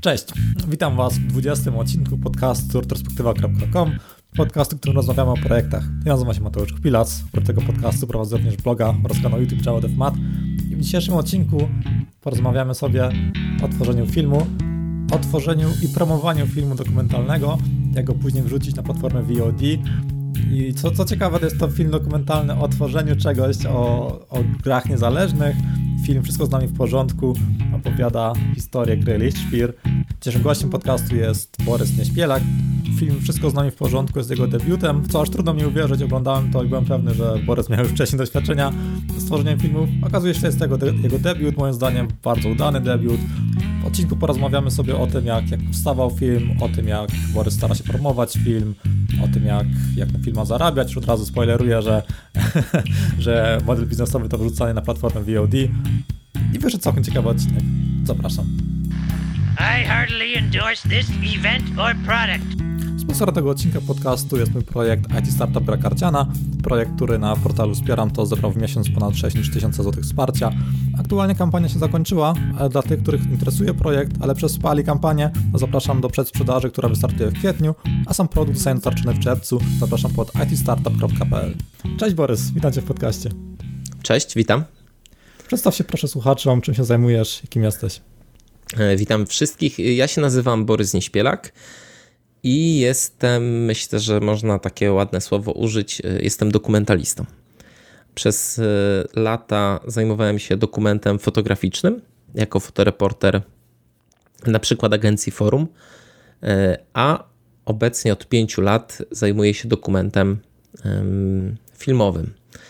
Cześć, witam Was w 20. odcinku podcastu retrospektywa.com, podcastu, w którym rozmawiamy o projektach. Ja nazywam się Mateusz Kupilac, oprócz tego podcastu prowadzę również bloga oraz kanał YouTube Java Dev Mat. I w dzisiejszym odcinku porozmawiamy sobie o tworzeniu filmu, o tworzeniu i promowaniu filmu dokumentalnego, jak go później wrzucić na platformę VOD. I co ciekawe, to jest to film dokumentalny o tworzeniu czegoś, o grach niezależnych. Film Wszystko z nami w porządku opowiada historię gry Lichtspiel. Dzisiejszym gościem podcastu jest Borys Nieśpielak. Film Wszystko z nami w porządku jest jego debiutem, w co aż trudno mi uwierzyć. Oglądałem to i byłem pewny, że Borys miał już wcześniej doświadczenia z tworzeniem filmów. Okazuje się, że jest tego jego debiut, moim zdaniem bardzo udany debiut. W odcinku porozmawiamy sobie o tym, jak powstawał film, o tym, jak Borys stara się promować film, o tym, jak ten film ma zarabiać. Już od razu spoileruję, że model biznesowy to wrzucanie na platformę VOD. I wyszedł całkiem ciekawy odcinek. Zapraszam. I heartily endorse this event or product. Sponsorem tego odcinka podcastu jest mój projekt IT Startup Gra Karciana. Projekt, który na portalu Wspieram to zebrał w miesiąc ponad 6000 zł wsparcia. Aktualnie kampania się zakończyła, ale dla tych, których interesuje projekt, ale przespali kampanię, to zapraszam do przedsprzedaży, która wystartuje w kwietniu, a sam produkt zostanie dostarczony w czerwcu. Zapraszam pod itstartup.pl. Cześć Borys, witam Cię w podcaście. Cześć, witam. Przedstaw się proszę słuchaczom, czym się zajmujesz i kim jesteś. Witam wszystkich. Ja się nazywam Borys Nieśpielak i jestem, myślę, że można takie ładne słowo użyć, jestem dokumentalistą. Przez lata zajmowałem się dokumentem fotograficznym jako fotoreporter na przykład agencji Forum, a obecnie od 5 lat zajmuję się dokumentem filmowym.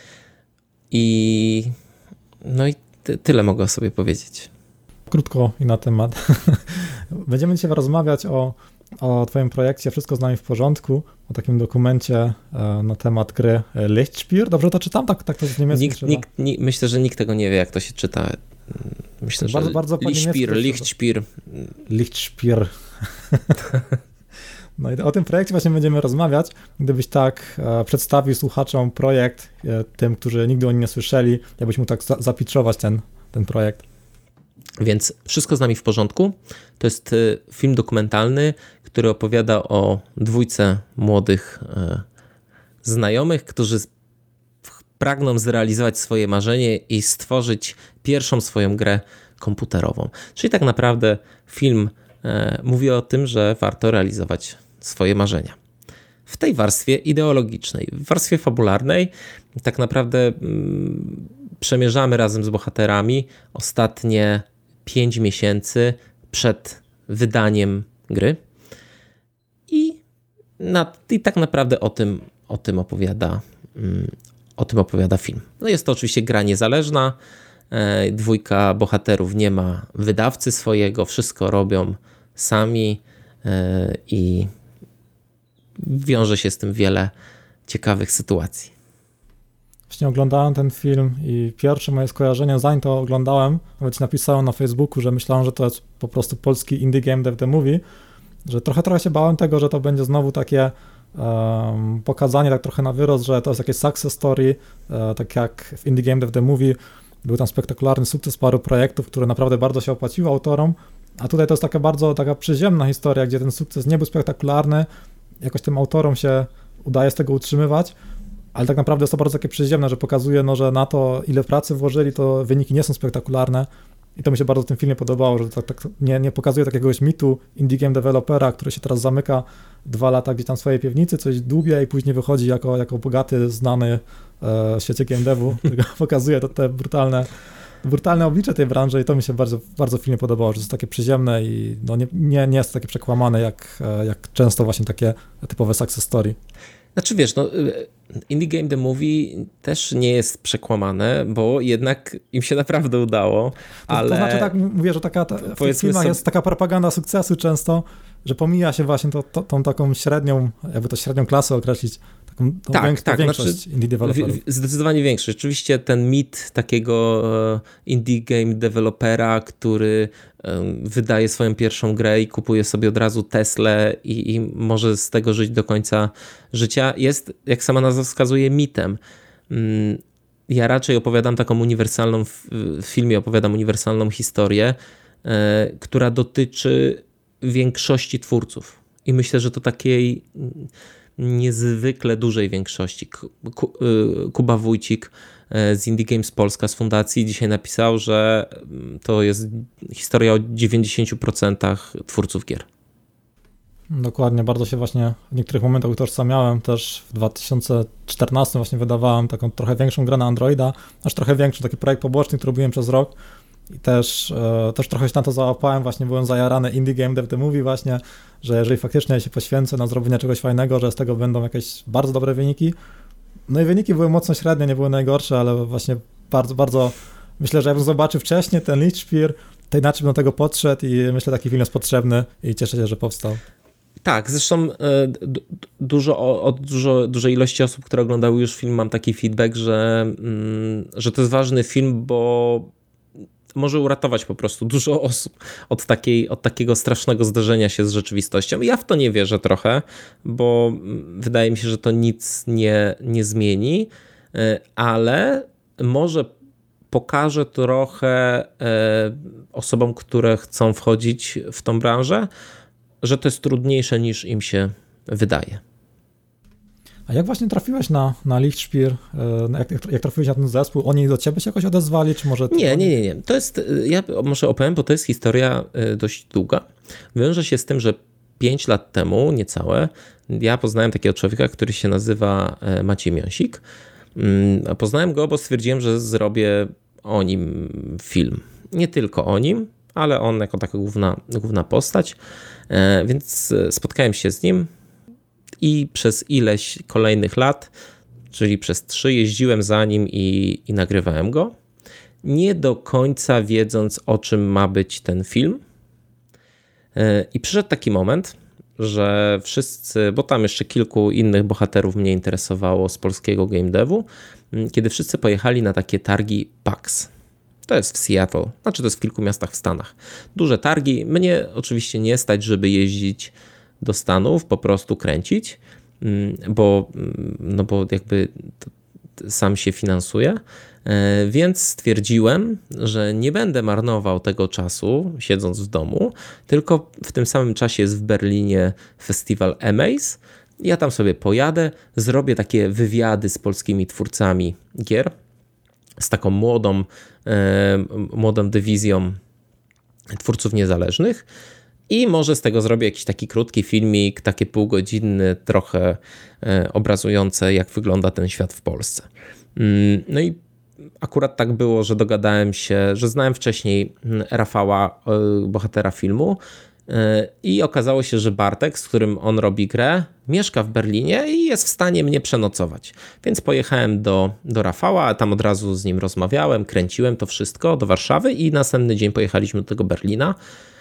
I tyle mogę o sobie powiedzieć. Krótko i na temat. Będziemy dzisiaj rozmawiać o Twoim projekcie Wszystko z nami w porządku, o takim dokumencie na temat gry Lichtspiel. Dobrze to czytam? Tak to z niemieckim myślę, że nikt tego nie wie, jak to się czyta. Myślę, że bardzo Lichtspiel. No i o tym projekcie właśnie będziemy rozmawiać. Gdybyś tak przedstawił słuchaczom projekt, tym, którzy nigdy o nim nie słyszeli, jakbyś mógł tak zapitchować ten projekt. Więc Wszystko z nami w porządku to jest film dokumentalny, który opowiada o dwójce młodych znajomych, którzy pragną zrealizować swoje marzenie i stworzyć pierwszą swoją grę komputerową. Czyli tak naprawdę film mówi o tym, że warto realizować swoje marzenia. W tej warstwie ideologicznej, w warstwie fabularnej tak naprawdę przemierzamy razem z bohaterami ostatnie 5 miesięcy przed wydaniem gry i tak naprawdę o tym opowiada film. No jest to oczywiście gra niezależna, dwójka bohaterów nie ma wydawcy swojego, wszystko robią sami i wiąże się z tym wiele ciekawych sytuacji. Właśnie oglądałem ten film i pierwsze moje skojarzenie, zanim to oglądałem, nawet napisałem na Facebooku, że myślałem, że to jest po prostu polski Indie Game Dev The Movie, że trochę się bałem tego, że to będzie znowu takie pokazanie tak trochę na wyrost, że to jest jakieś success story, tak jak w Indie Game Dev The Movie był tam spektakularny sukces paru projektów, które naprawdę bardzo się opłaciły autorom, a tutaj to jest taka przyziemna historia, gdzie ten sukces nie był spektakularny, jakoś tym autorom się udaje z tego utrzymywać, ale tak naprawdę jest to bardzo takie przyziemne, że pokazuje, że na to, ile pracy włożyli, to wyniki nie są spektakularne. I to mi się bardzo w tym filmie podobało, że tak nie pokazuje takiegoś mitu indie game developera, który się teraz zamyka 2 lata gdzieś tam w swojej piwnicy, coś dłubie i później wychodzi jako bogaty, znany w świecie game devu, który pokazuje te brutalne oblicze tej branży i to mi się bardzo, bardzo w filmie podobało, że jest takie przyziemne i nie jest takie przekłamane jak często właśnie takie typowe success story. Znaczy wiesz, Indie Game The Movie też nie jest przekłamane, bo jednak im się naprawdę udało, ale... To znaczy tak, mówię, że w tych filmach jest taka propaganda sukcesu często, że pomija się właśnie tą taką średnią, jakby to średnią klasę określić, taką większość znaczy, indie deweloperów. Zdecydowanie większość. Oczywiście ten mit takiego indie game dewelopera, który wydaje swoją pierwszą grę i kupuje sobie od razu Teslę i może z tego żyć do końca życia, jest, jak sama nazwa wskazuje, mitem. Ja raczej opowiadam taką uniwersalną, w filmie opowiadam uniwersalną historię, która dotyczy większości twórców. I myślę, że to takiej niezwykle dużej większości. Kuba Wójcik z Indie Games Polska, z fundacji, dzisiaj napisał, że to jest historia o 90% twórców gier. Dokładnie, bardzo się właśnie w niektórych momentach utożsamiałem. Też w 2014 właśnie wydawałem taką trochę większą grę na Androida, aż trochę większą, taki projekt poboczny, który robiłem przez rok i też trochę się na to załapałem, właśnie byłem zajarany Indie Game Dev The Movie właśnie, że jeżeli faktycznie się poświęcę na zrobienie czegoś fajnego, że z tego będą jakieś bardzo dobre wyniki. No i wyniki były mocno średnie, nie były najgorsze, ale właśnie bardzo, bardzo myślę, że jakbym zobaczył wcześniej ten Lichtspiel, to inaczej bym do tego podszedł i myślę, taki film jest potrzebny i cieszę się, że powstał. Tak, zresztą od dużej ilości osób, które oglądały już film, mam taki feedback, że to jest ważny film, bo może uratować po prostu dużo osób od takiego strasznego zderzenia się z rzeczywistością. Ja w to nie wierzę trochę, bo wydaje mi się, że to nic nie zmieni, ale może pokaże trochę osobom, które chcą wchodzić w tą branżę, że to jest trudniejsze niż im się wydaje. A jak właśnie trafiłeś na Lichtspiel? Jak trafiłeś na ten zespół? Oni do ciebie się jakoś odezwali, czy może... Nie. To jest, ja może opowiem, bo to jest historia dość długa. Wiąże się z tym, że 5 lat temu, niecałe, ja poznałem takiego człowieka, który się nazywa Maciej Miąsik. Poznałem go, bo stwierdziłem, że zrobię o nim film. Nie tylko o nim, ale on jako taka główna postać. Więc spotkałem się z nim i przez ileś kolejnych lat, czyli przez 3, jeździłem za nim i nagrywałem go, nie do końca wiedząc, o czym ma być ten film. I przyszedł taki moment, że wszyscy, bo tam jeszcze kilku innych bohaterów mnie interesowało z polskiego game devu, kiedy wszyscy pojechali na takie targi PAX. To jest w Seattle, znaczy to jest w kilku miastach w Stanach. Duże targi, mnie oczywiście nie stać, żeby jeździć do Stanów, po prostu kręcić, bo jakby sam się finansuję, więc stwierdziłem, że nie będę marnował tego czasu siedząc w domu, tylko w tym samym czasie jest w Berlinie festiwal Amaze. Ja tam sobie pojadę, zrobię takie wywiady z polskimi twórcami gier, z taką młodą dywizją twórców niezależnych i może z tego zrobię jakiś taki krótki filmik, taki półgodzinny, trochę obrazujący, jak wygląda ten świat w Polsce. No i akurat tak było, że dogadałem się, że znałem wcześniej Rafała, bohatera filmu, i okazało się, że Bartek, z którym on robi grę, mieszka w Berlinie i jest w stanie mnie przenocować. Więc pojechałem do Rafała, tam od razu z nim rozmawiałem, kręciłem to wszystko do Warszawy i następny dzień pojechaliśmy do tego Berlina.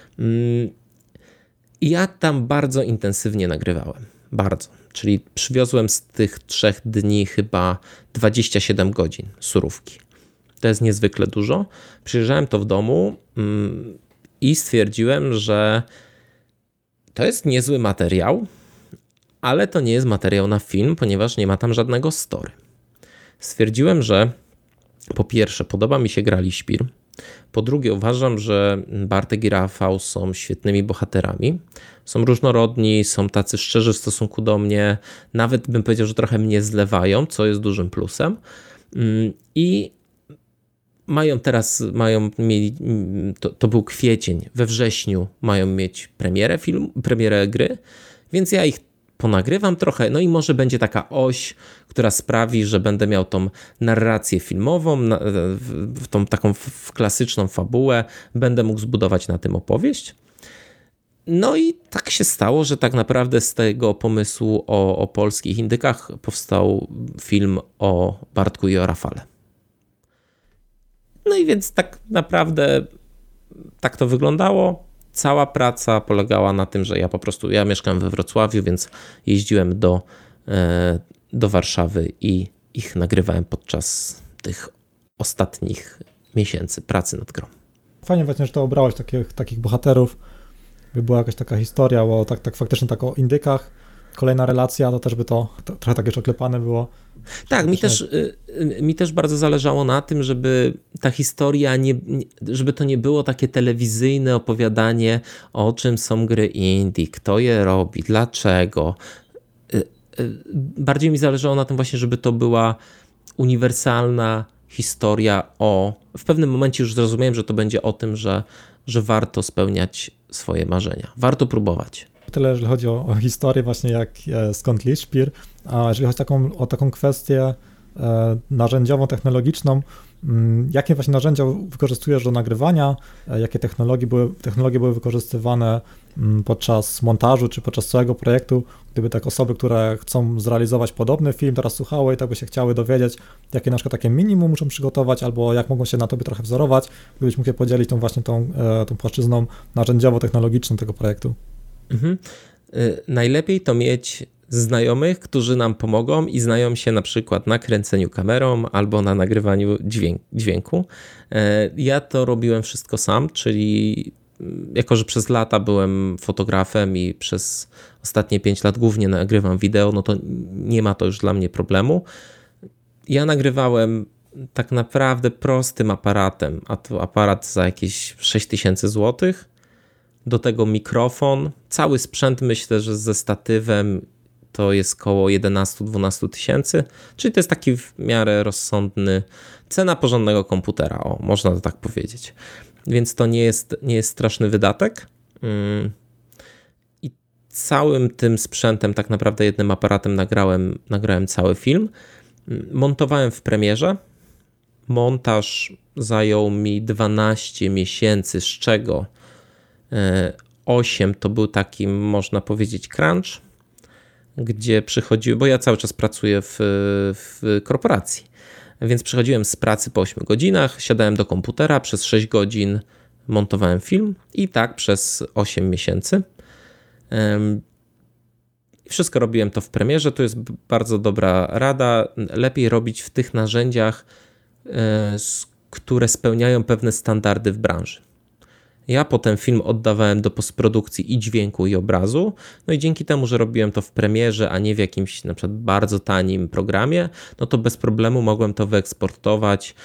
I ja tam bardzo intensywnie nagrywałem. Bardzo. Czyli przywiozłem z tych 3 dni chyba 27 godzin surówki. To jest niezwykle dużo. Przyjeżdżałem to w domu i stwierdziłem, że to jest niezły materiał, ale to nie jest materiał na film, ponieważ nie ma tam żadnego story. Stwierdziłem, że po pierwsze podoba mi się gra Lichtspiel, po drugie uważam, że Bartek i Rafał są świetnymi bohaterami, są różnorodni, są tacy szczerzy w stosunku do mnie, nawet bym powiedział, że trochę mnie zlewają, co jest dużym plusem i mieli, to był kwiecień, we wrześniu mają mieć premierę gry, więc ja ich ponagrywam trochę, no i może będzie taka oś, która sprawi, że będę miał tą narrację filmową, tą taką klasyczną fabułę, będę mógł zbudować na tym opowieść. No i tak się stało, że tak naprawdę z tego pomysłu o polskich indykach powstał film o Bartku i o Rafale. No i więc tak naprawdę tak to wyglądało. Cała praca polegała na tym, że ja mieszkam we Wrocławiu, więc jeździłem do Warszawy i ich nagrywałem podczas tych ostatnich miesięcy pracy nad grą. Fajnie właśnie, że to obrałeś takich bohaterów, by była jakaś taka historia, bo tak faktycznie tak o indykach, kolejna relacja, to też by to trochę tak już oklepane było. Tak, mi też bardzo zależało na tym, żeby ta historia, żeby to nie było takie telewizyjne opowiadanie, o czym są gry indie, kto je robi, dlaczego. Bardziej mi zależało na tym właśnie, żeby to była uniwersalna historia w pewnym momencie już zrozumiałem, że to będzie o tym, że warto spełniać swoje marzenia. Warto próbować. Tyle, jeżeli chodzi o historię właśnie jak skąd Lichspiel, a jeżeli chodzi o taką kwestię narzędziową, technologiczną, jakie właśnie narzędzia wykorzystujesz do nagrywania, jakie technologie były wykorzystywane podczas montażu czy podczas całego projektu, gdyby tak osoby, które chcą zrealizować podobny film, teraz słuchały i tak by się chciały dowiedzieć, jakie na przykład takie minimum muszą przygotować, albo jak mogą się na tobie trochę wzorować, gdybyś mógł je podzielić tą płaszczyzną narzędziowo-technologiczną tego projektu. Najlepiej to mieć znajomych, którzy nam pomogą i znają się na przykład na kręceniu kamerą albo na nagrywaniu dźwięku. Ja to robiłem wszystko sam, czyli jako, że przez lata byłem fotografem i przez ostatnie 5 lat głównie nagrywam wideo, no to nie ma to już dla mnie problemu. Ja nagrywałem tak naprawdę prostym aparatem, a to aparat za jakieś 6000 zł. Do tego mikrofon, cały sprzęt myślę, że ze statywem to jest koło 11-12 tysięcy, czyli to jest taki w miarę rozsądny, cena porządnego komputera, można to tak powiedzieć. Więc to nie jest straszny wydatek. I całym tym sprzętem, tak naprawdę jednym aparatem nagrałem cały film. Montowałem w Premierze. Montaż zajął mi 12 miesięcy, z czego 8 to był taki, można powiedzieć, crunch, gdzie przychodziłem, bo ja cały czas pracuję w korporacji, więc przychodziłem z pracy po 8 godzinach, siadałem do komputera, przez 6 godzin montowałem film i tak przez 8 miesięcy. Wszystko robiłem to w Premierze, to jest bardzo dobra rada, lepiej robić w tych narzędziach, które spełniają pewne standardy w branży. Ja potem film oddawałem do postprodukcji i dźwięku, i obrazu. No i dzięki temu, że robiłem to w Premierze, a nie w jakimś na przykład bardzo tanim programie, no to bez problemu mogłem to wyeksportować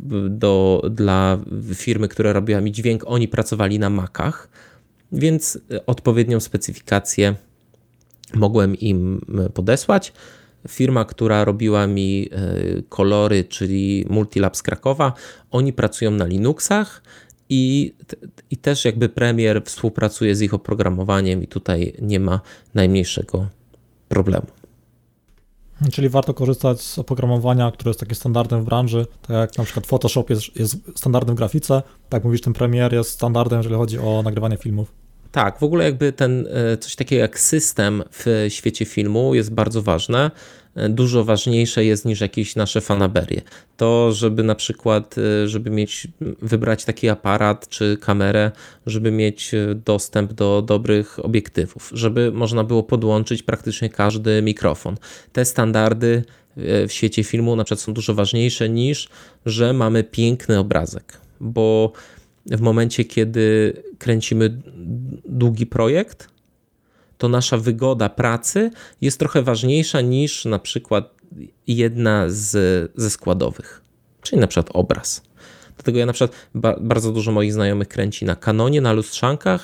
dla firmy, która robiła mi dźwięk. Oni pracowali na Macach, więc odpowiednią specyfikację mogłem im podesłać. Firma, która robiła mi kolory, czyli Multilab z Krakowa, oni pracują na Linuxach, i też jakby Premiere współpracuje z ich oprogramowaniem i tutaj nie ma najmniejszego problemu. Czyli warto korzystać z oprogramowania, które jest takie standardem w branży, tak jak na przykład Photoshop jest standardem w grafice, tak mówisz, ten Premiere jest standardem, jeżeli chodzi o nagrywanie filmów. Tak, w ogóle jakby coś takiego jak system w świecie filmu jest bardzo ważne. Dużo ważniejsze jest niż jakieś nasze fanaberie. To, żeby na przykład, wybrać taki aparat czy kamerę, żeby mieć dostęp do dobrych obiektywów, żeby można było podłączyć praktycznie każdy mikrofon. Te standardy w świecie filmu na przykład są dużo ważniejsze niż, że mamy piękny obrazek, bo w momencie, kiedy kręcimy długi projekt, to nasza wygoda pracy jest trochę ważniejsza niż na przykład jedna ze składowych, czyli na przykład obraz. Dlatego ja na przykład bardzo dużo moich znajomych kręci na Canonie, na lustrzankach.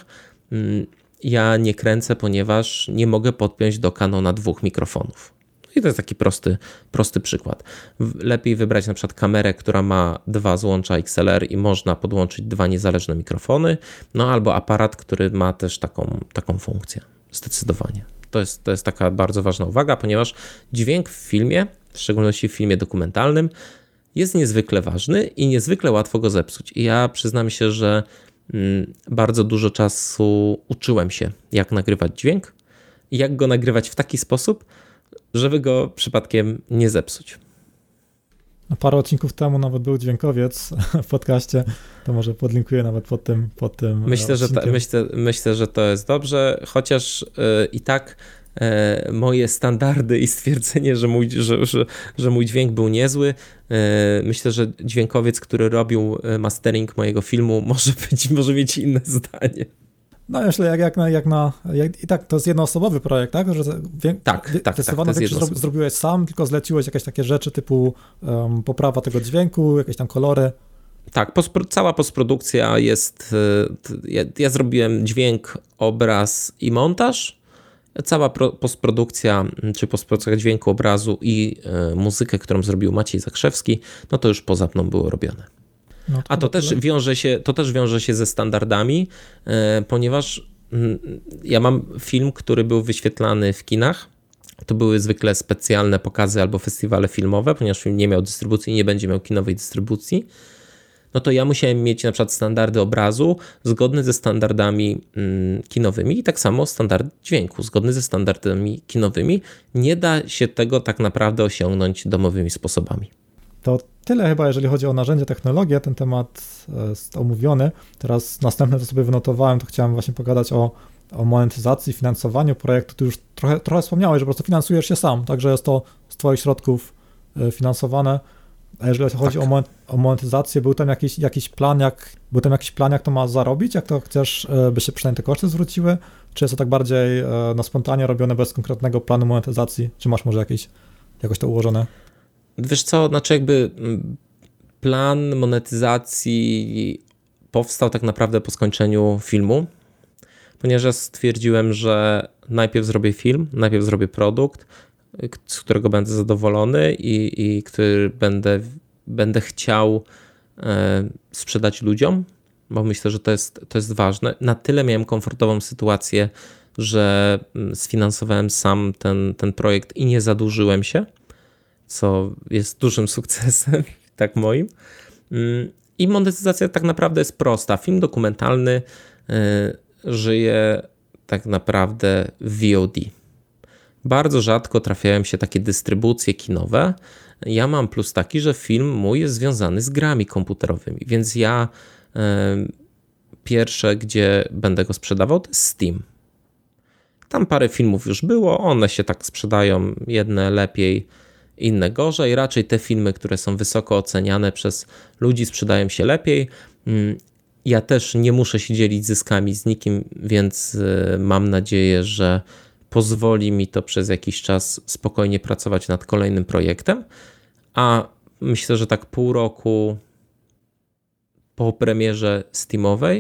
Ja nie kręcę, ponieważ nie mogę podpiąć do Canona 2 mikrofonów. I to jest taki prosty przykład. Lepiej wybrać na przykład kamerę, która ma 2 złącza XLR i można podłączyć 2 niezależne mikrofony, no albo aparat, który ma też taką funkcję. Zdecydowanie. To jest taka bardzo ważna uwaga, ponieważ dźwięk w filmie, w szczególności w filmie dokumentalnym, jest niezwykle ważny i niezwykle łatwo go zepsuć. I ja przyznam się, że bardzo dużo czasu uczyłem się, jak nagrywać dźwięk i jak go nagrywać w taki sposób, żeby go przypadkiem nie zepsuć. Parę odcinków temu nawet był dźwiękowiec w podcaście, to może podlinkuję nawet pod tym Myślę, że to jest dobrze, chociaż i tak moje standardy i stwierdzenie, że mój dźwięk był niezły, myślę, że dźwiękowiec, który robił mastering mojego filmu, może mieć inne zdanie. No myślę, i tak to jest jednoosobowy projekt, tak? Że zdecydowana większość zrobiłeś sam, tylko zleciłeś jakieś takie rzeczy typu poprawa tego dźwięku, jakieś tam kolory. Tak, cała postprodukcja jest, ja zrobiłem dźwięk, obraz i montaż. Cała postprodukcja, czy postprodukcja dźwięku, obrazu i muzykę, którą zrobił Maciej Zakrzewski, no to już poza mną było robione. No a to też wiąże się ze standardami, ponieważ ja mam film, który był wyświetlany w kinach. To były zwykle specjalne pokazy albo festiwale filmowe, ponieważ film nie miał dystrybucji i nie będzie miał kinowej dystrybucji. No to ja musiałem mieć na przykład standardy obrazu zgodne ze standardami kinowymi i tak samo standard dźwięku zgodny ze standardami kinowymi. Nie da się tego tak naprawdę osiągnąć domowymi sposobami. To tyle chyba, jeżeli chodzi o narzędzia, technologię. Ten temat jest omówiony. Teraz następne, co sobie wynotowałem, to chciałem właśnie pogadać o monetyzacji, finansowaniu projektu. Ty już trochę wspomniałeś, że po prostu finansujesz się sam, także jest to z twoich środków finansowane. A jeżeli chodzi o monetyzację, był tam jakiś plan, jak to ma zarobić? Jak to chcesz, by się przynajmniej te koszty zwróciły? Czy jest to tak bardziej na spontanie robione bez konkretnego planu monetyzacji? Czy masz może jakoś to ułożone? Wiesz co, znaczy jakby plan monetyzacji powstał tak naprawdę po skończeniu filmu, ponieważ ja stwierdziłem, że najpierw zrobię film, najpierw zrobię produkt, z którego będę zadowolony i który będę chciał sprzedać ludziom, bo myślę, że to jest ważne. Na tyle miałem komfortową sytuację, że sfinansowałem sam ten projekt i nie zadłużyłem się, co jest dużym sukcesem, tak moim. I monetyzacja tak naprawdę jest prosta. Film dokumentalny żyje tak naprawdę w VOD. Bardzo rzadko trafiają się takie dystrybucje kinowe. Ja mam plus taki, że film mój jest związany z grami komputerowymi, więc ja pierwsze, gdzie będę go sprzedawał, to jest Steam. Tam parę filmów już było, one się tak sprzedają, jedne lepiej, inne gorzej. Raczej te filmy, które są wysoko oceniane przez ludzi, sprzedają się lepiej. Ja też nie muszę się dzielić zyskami z nikim, więc mam nadzieję, że pozwoli mi to przez jakiś czas spokojnie pracować nad kolejnym projektem, a myślę, że tak pół roku po premierze Steamowej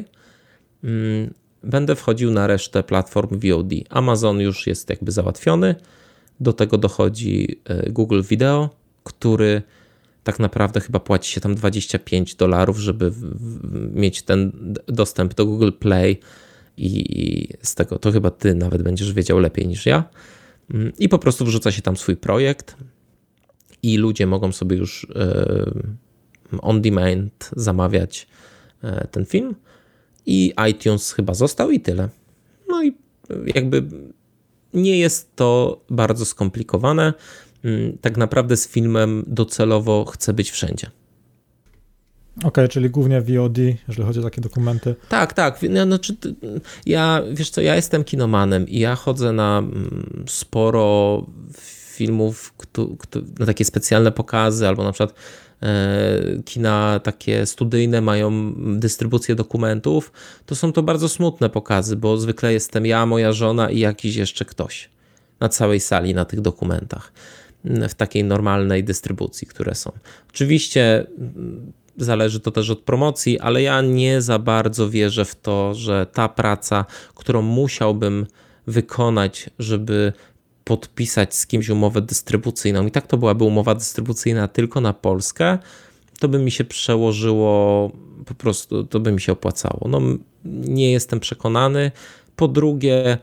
będę wchodził na resztę platform VOD. Amazon już jest jakby załatwiony, do tego dochodzi Google Video, który tak naprawdę chyba płaci się tam $25, żeby mieć ten dostęp do Google Play i z tego to chyba ty nawet będziesz wiedział lepiej niż ja. I po prostu wrzuca się tam swój projekt i ludzie mogą sobie już on demand zamawiać ten film i iTunes chyba został i tyle. No i jakby nie jest to bardzo skomplikowane. Tak naprawdę z filmem docelowo chcę być wszędzie. Okej, czyli głównie VOD, jeżeli chodzi o takie dokumenty. Tak. Znaczy, wiesz co, ja jestem kinomanem i ja chodzę na sporo filmów, na takie specjalne pokazy, albo na przykład kina takie studyjne mają dystrybucję dokumentów. To są to bardzo smutne pokazy, bo zwykle jestem ja, moja żona i jakiś jeszcze ktoś na całej sali na tych dokumentach, w takiej normalnej dystrybucji, które są. Oczywiście zależy to też od promocji, ale ja nie za bardzo wierzę w to, że ta praca, którą musiałbym wykonać, żeby podpisać z kimś umowę dystrybucyjną, i tak to byłaby umowa dystrybucyjna tylko na Polskę, to by mi się przełożyło, po prostu to by mi się opłacało. No, nie jestem przekonany. Po drugie,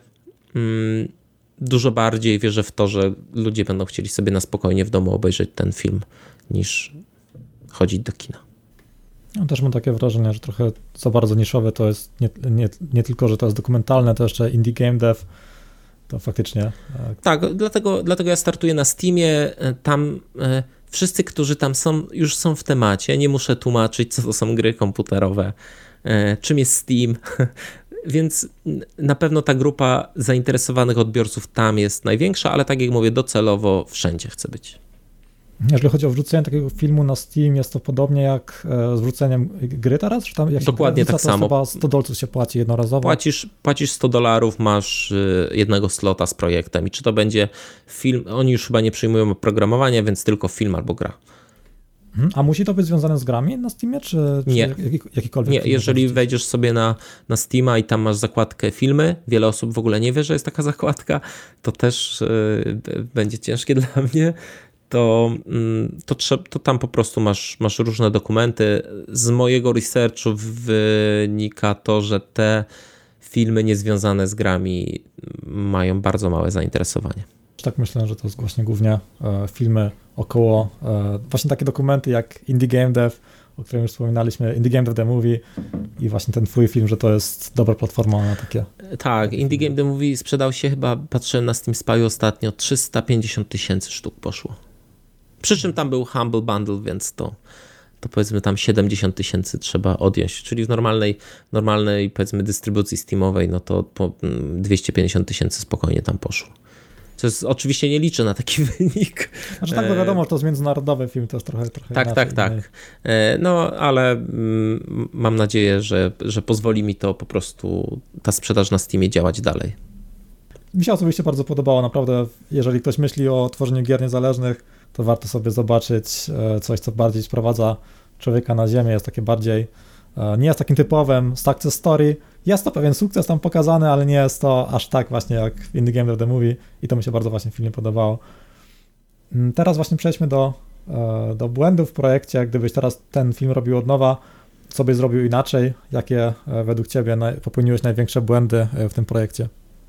dużo bardziej wierzę w to, że ludzie będą chcieli sobie na spokojnie w domu obejrzeć ten film, niż chodzić do kina. Ja też mam takie wrażenie, że trochę za bardzo niszowe to jest, nie tylko, że to jest dokumentalne, to jeszcze indie game dev, to faktycznie. Tak, dlatego ja startuję na Steamie, tam wszyscy, którzy tam są, już są w temacie, nie muszę tłumaczyć, co to są gry komputerowe, czym jest Steam, więc na pewno ta grupa zainteresowanych odbiorców tam jest największa, ale tak jak mówię, docelowo wszędzie chcę być. Jeżeli chodzi o wrzucenie takiego filmu na Steam, jest to podobnie jak z wrzuceniem gry teraz? Czy tam jak Dokładnie tak samo. Chyba $100 się płaci jednorazowo? Płacisz $100, masz jednego slota z projektem i czy to będzie film, oni już chyba nie przyjmują oprogramowania, więc tylko film albo gra. A musi to być związane z grami na Steamie, czy nie. Jakikolwiek Nie, film jeżeli wejdziesz sobie na Steama i tam masz zakładkę filmy, wiele osób w ogóle nie wie, że jest taka zakładka, to też będzie ciężkie dla mnie, to tam po prostu masz różne dokumenty. Z mojego researchu wynika to, że te filmy niezwiązane z grami mają bardzo małe zainteresowanie. Tak myślę, że to jest właśnie głównie filmy około, właśnie takie dokumenty jak Indie Game Dev, o którym już wspominaliśmy, Indie Game Dev The Movie i właśnie ten twój film, że to jest dobra platforma na takie. Tak, Indie Game The Movie sprzedał się chyba, patrzyłem na Steam Spy ostatnio, 350,000 sztuk poszło. Przy czym tam był Humble Bundle, więc to powiedzmy tam 70,000 trzeba odjąć, czyli w normalnej powiedzmy dystrybucji Steamowej, no to po 250,000 spokojnie tam poszło. Co jest, oczywiście nie liczę na taki wynik. Znaczy tak, to wiadomo, że to jest międzynarodowy film, to jest trochę Tak. No, ale mam nadzieję, że pozwoli mi to po prostu ta sprzedaż na Steamie działać dalej. Mi się osobiście bardzo podobało, naprawdę, jeżeli ktoś myśli o tworzeniu gier niezależnych, to warto sobie zobaczyć coś, co bardziej sprowadza człowieka na ziemię, jest takie bardziej, nie jest takim typowym success story, jest to pewien sukces tam pokazany, ale nie jest to aż tak właśnie jak w Indie Game Dev The Movie i to mi się bardzo właśnie w filmie podobało. Teraz właśnie przejdźmy do błędów w projekcie. Gdybyś teraz ten film robił od nowa, co byś zrobił inaczej? Jakie według ciebie popełniłeś największe błędy w tym projekcie?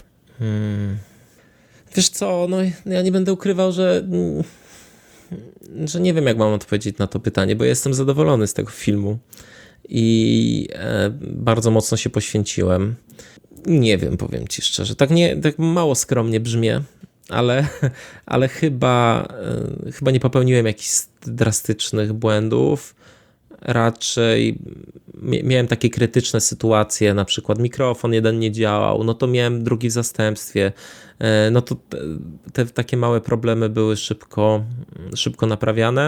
Wiesz co, no ja nie będę ukrywał, że nie wiem, jak mam odpowiedzieć na to pytanie, bo jestem zadowolony z tego filmu i bardzo mocno się poświęciłem. Nie wiem, powiem ci szczerze, tak mało skromnie brzmię, ale chyba nie popełniłem jakichś drastycznych błędów. Raczej miałem takie krytyczne sytuacje, na przykład mikrofon jeden nie działał, no to miałem drugi w zastępstwie, no to te takie małe problemy były szybko naprawiane.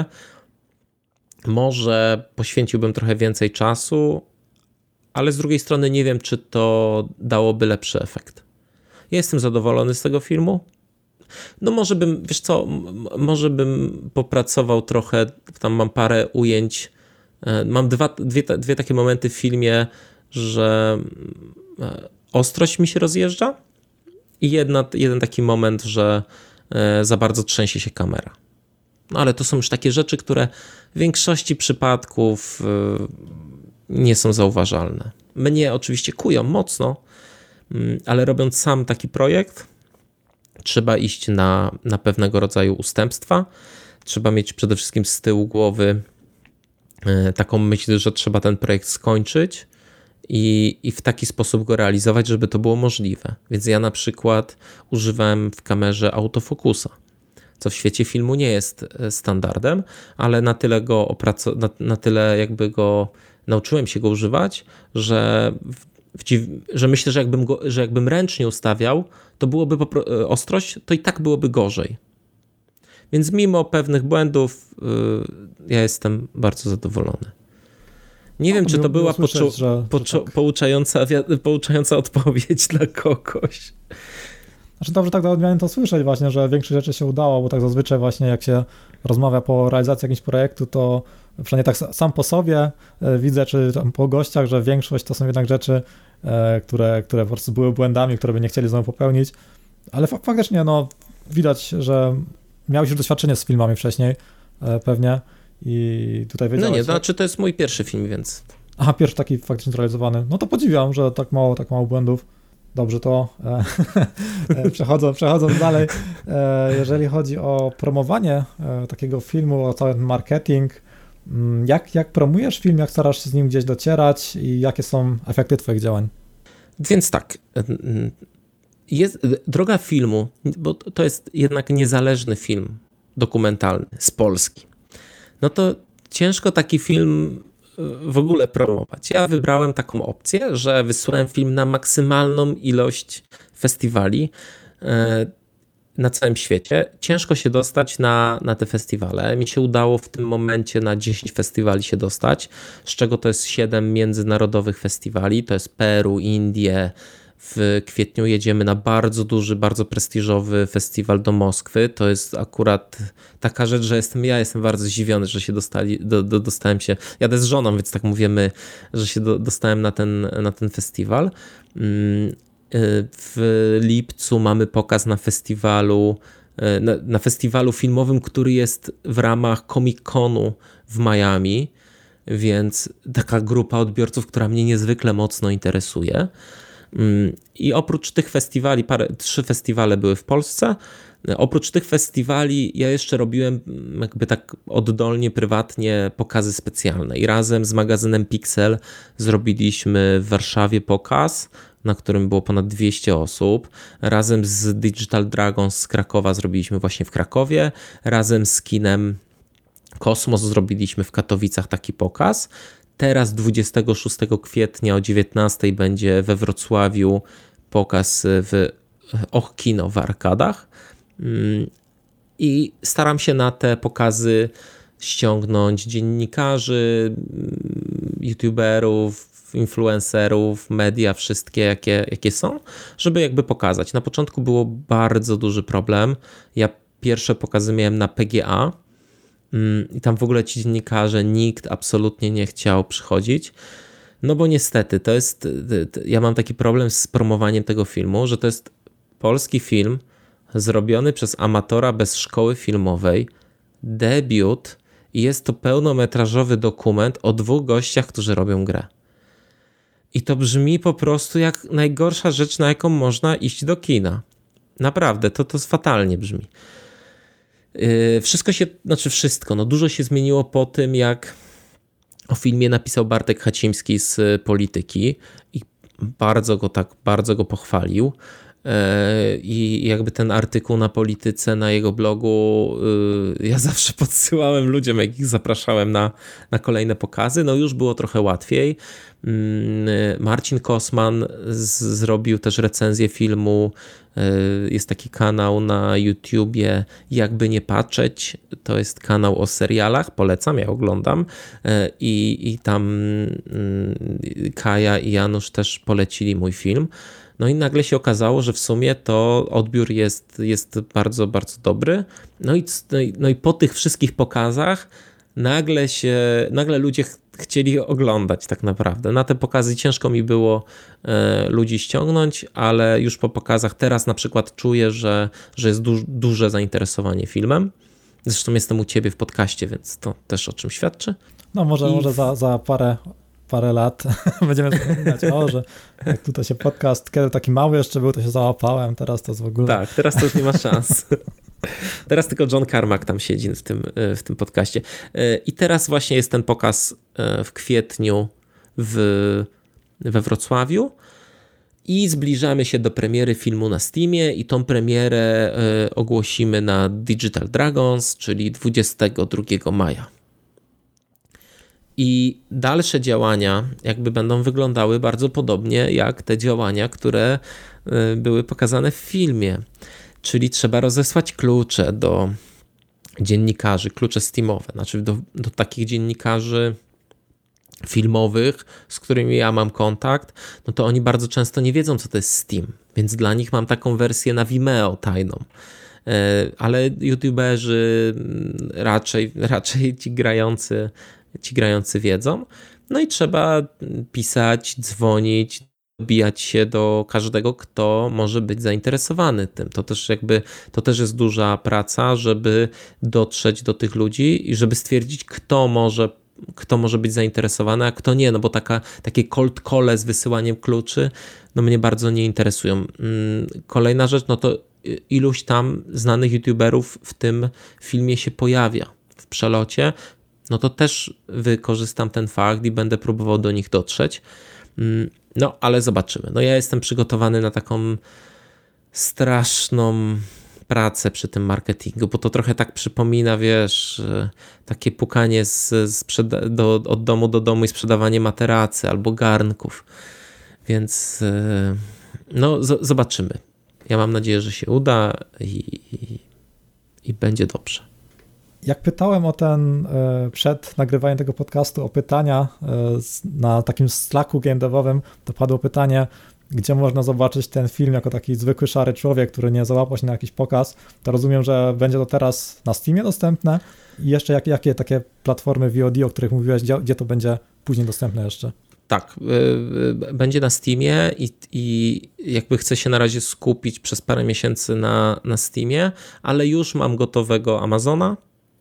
Może poświęciłbym trochę więcej czasu, ale z drugiej strony nie wiem, czy to dałoby lepszy efekt. Ja jestem zadowolony z tego filmu. No może bym popracował trochę, tam mam parę ujęć, mam dwie takie momenty w filmie, że ostrość mi się rozjeżdża i jeden taki moment, że za bardzo trzęsie się kamera. No ale to są już takie rzeczy, które w większości przypadków nie są zauważalne. Mnie oczywiście kują mocno, ale robiąc sam taki projekt, trzeba iść na pewnego rodzaju ustępstwa. Trzeba mieć przede wszystkim z tyłu głowy taką myśl, że trzeba ten projekt skończyć i w taki sposób go realizować, żeby to było możliwe. Więc ja na przykład używałem w kamerze autofokusa, co w świecie filmu nie jest standardem, ale na tyle jakby go nauczyłem się go używać, że myślę, że jakbym ręcznie ustawiał, to byłoby ostrość, to i tak byłoby gorzej. Więc mimo pewnych błędów ja jestem bardzo zadowolony. Nie wiem, czy to była pouczająca odpowiedź dla kogoś. Znaczy dobrze tak do odmiany to słyszeć właśnie, że większość rzeczy się udało, bo tak zazwyczaj właśnie jak się rozmawia po realizacji jakiegoś projektu, to przynajmniej tak sam po sobie widzę, czy tam po gościach, że większość to są jednak rzeczy, które po prostu były błędami, które by nie chcieli znowu popełnić, ale faktycznie no widać, że miałeś już doświadczenie z filmami wcześniej pewnie i tutaj wiedziałeś... No nie, to znaczy to jest mój pierwszy film, więc... Aha, pierwszy taki faktycznie zrealizowany. No to podziwiam, że tak mało błędów. Dobrze, to przechodząc dalej, jeżeli chodzi o promowanie takiego filmu, o cały marketing, jak promujesz film, jak starasz się z nim gdzieś docierać i jakie są efekty twoich działań? Więc tak, droga filmu, bo to jest jednak niezależny film dokumentalny z Polski, no to ciężko taki film w ogóle promować. Ja wybrałem taką opcję, że wysłałem film na maksymalną ilość festiwali. na całym świecie. Ciężko się dostać na te festiwale. Mi się udało w tym momencie na 10 festiwali się dostać, z czego to jest 7 międzynarodowych festiwali. To jest Peru, Indie. W kwietniu jedziemy na bardzo duży, bardzo prestiżowy festiwal do Moskwy. To jest akurat taka rzecz, że ja jestem bardzo zdziwiony, że się dostałem się. Jadę z żoną, więc tak mówimy, że się dostałem na ten festiwal. W lipcu mamy pokaz na festiwalu filmowym, który jest w ramach Comic-Conu w Miami, więc taka grupa odbiorców, która mnie niezwykle mocno interesuje. I oprócz tych festiwali, 3 festiwale były w Polsce. Oprócz tych festiwali ja jeszcze robiłem jakby tak oddolnie, prywatnie pokazy specjalne. I razem z magazynem Pixel zrobiliśmy w Warszawie pokaz, na którym było ponad 200 osób. Razem z Digital Dragons z Krakowa zrobiliśmy właśnie w Krakowie. Razem z kinem Kosmos zrobiliśmy w Katowicach taki pokaz. Teraz 26 kwietnia o 19 będzie we Wrocławiu pokaz w Kino w Arkadach. I staram się na te pokazy ściągnąć dziennikarzy, youtuberów, influencerów, media, wszystkie jakie są, żeby jakby pokazać. Na początku było bardzo duży problem. Ja pierwsze pokazy miałem na PGA i tam w ogóle ci dziennikarze, nikt absolutnie nie chciał przychodzić. No bo niestety ja mam taki problem z promowaniem tego filmu, że to jest polski film zrobiony przez amatora bez szkoły filmowej, debiut i jest to pełnometrażowy dokument o 2 gościach, którzy robią grę. I to brzmi po prostu jak najgorsza rzecz, na jaką można iść do kina. Naprawdę, to fatalnie brzmi. Dużo się zmieniło po tym, jak o filmie napisał Bartek Chacimski z Polityki i bardzo go pochwalił. I jakby ten artykuł na Polityce, na jego blogu, ja zawsze podsyłałem ludziom, jak ich zapraszałem na kolejne pokazy. No już było trochę łatwiej. Marcin Kosman zrobił też recenzję filmu. Jest taki kanał na YouTubie Jakby nie patrzeć. To jest kanał o serialach, polecam, ja oglądam. I tam Kaja i Janusz też polecili mój film. No i nagle się okazało, że w sumie to odbiór jest bardzo, bardzo dobry. No i po tych wszystkich pokazach nagle ludzie chcieli oglądać tak naprawdę. Na te pokazy ciężko mi było ludzi ściągnąć, ale już po pokazach teraz na przykład czuję, że jest duże zainteresowanie filmem. Zresztą jestem u ciebie w podcaście, więc to też o czym świadczy. No może za parę lat będziemy wspominać, że jak tutaj się podcast, kiedy taki mały jeszcze był, to się załapałem, teraz to jest w ogóle... Tak, teraz to już nie ma szans. Teraz tylko John Carmack tam siedzi w tym podcaście. I teraz właśnie jest ten pokaz w kwietniu we Wrocławiu i zbliżamy się do premiery filmu na Steamie i tą premierę ogłosimy na Digital Dragons, czyli 22 maja. I dalsze działania jakby będą wyglądały bardzo podobnie jak te działania, które były pokazane w filmie. Czyli trzeba rozesłać klucze do dziennikarzy, klucze Steamowe, znaczy do takich dziennikarzy filmowych, z którymi ja mam kontakt, no to oni bardzo często nie wiedzą, co to jest Steam, więc dla nich mam taką wersję na Vimeo tajną. Ale youtuberzy raczej ci grający wiedzą. No i trzeba pisać, dzwonić, dobijać się do każdego, kto może być zainteresowany tym. To też jest duża praca, żeby dotrzeć do tych ludzi i żeby stwierdzić, kto może być zainteresowany, a kto nie, no bo takie cold call z wysyłaniem kluczy, no mnie bardzo nie interesują. Kolejna rzecz, no to iluś tam znanych youtuberów w tym filmie się pojawia w przelocie, no to też wykorzystam ten fakt i będę próbował do nich dotrzeć. No, ale zobaczymy. No ja jestem przygotowany na taką straszną pracę przy tym marketingu, bo to trochę tak przypomina, wiesz, takie pukanie od domu do domu i sprzedawanie materacy albo garnków. Więc no zobaczymy. Ja mam nadzieję, że się uda i będzie dobrze. Jak pytałem o ten, przed nagrywaniem tego podcastu, o pytania na takim Slacku game devowym, to padło pytanie, gdzie można zobaczyć ten film jako taki zwykły szary człowiek, który nie załapał się na jakiś pokaz. To rozumiem, że będzie to teraz na Steamie dostępne i jeszcze jakie takie platformy VOD, o których mówiłeś, gdzie to będzie później dostępne jeszcze? Tak, będzie na Steamie i jakby chcę się na razie skupić przez parę miesięcy na Steamie, ale już mam gotowego Amazona.